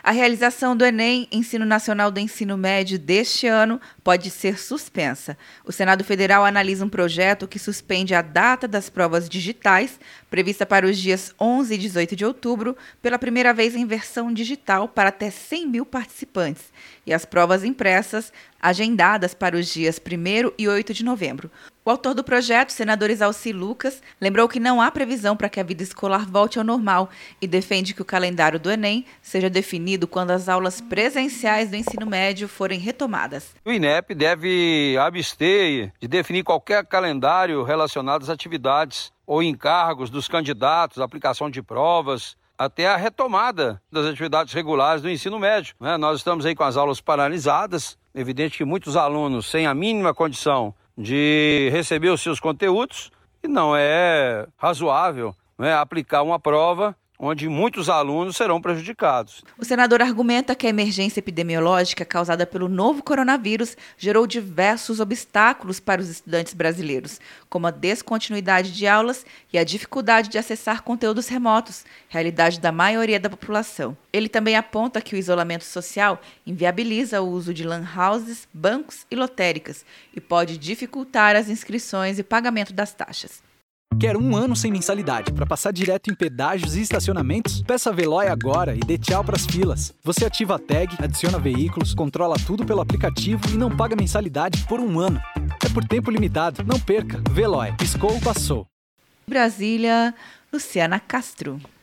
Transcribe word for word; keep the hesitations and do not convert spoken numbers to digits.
A realização do Enem, Ensino Nacional do Ensino Médio, deste ano pode ser suspensa. O Senado Federal analisa um projeto que suspende a data das provas digitais, prevista para os dias onze e dezoito de outubro, pela primeira vez em versão digital para até cem mil participantes, e as provas impressas, agendadas para os dias primeiro e oito de novembro. O autor do projeto, senador Isalci Lucas, lembrou que não há previsão para que a vida escolar volte ao normal e defende que o calendário do Enem seja definido quando as aulas presenciais do ensino médio forem retomadas. O INEP deve abster de definir qualquer calendário relacionado às atividades ou encargos dos candidatos, aplicação de provas, até a retomada das atividades regulares do ensino médio. Né? Nós estamos aí com as aulas paralisadas, evidente que muitos alunos sem a mínima condição de receber os seus conteúdos e não é razoável, né, aplicar uma prova onde muitos alunos serão prejudicados. O senador argumenta que a emergência epidemiológica causada pelo novo coronavírus gerou diversos obstáculos para os estudantes brasileiros, como a descontinuidade de aulas e a dificuldade de acessar conteúdos remotos, realidade da maioria da população. Ele também aponta que o isolamento social inviabiliza o uso de lan houses, bancos e lotéricas e pode dificultar as inscrições e pagamento das taxas. Quer um ano sem mensalidade para passar direto em pedágios e estacionamentos? Peça a Veloy agora e dê tchau pras filas. Você ativa a tag, adiciona veículos, controla tudo pelo aplicativo e não paga mensalidade por um ano. É por tempo limitado. Não perca. Veloy. Piscou, passou. Brasília, Luciana Castro.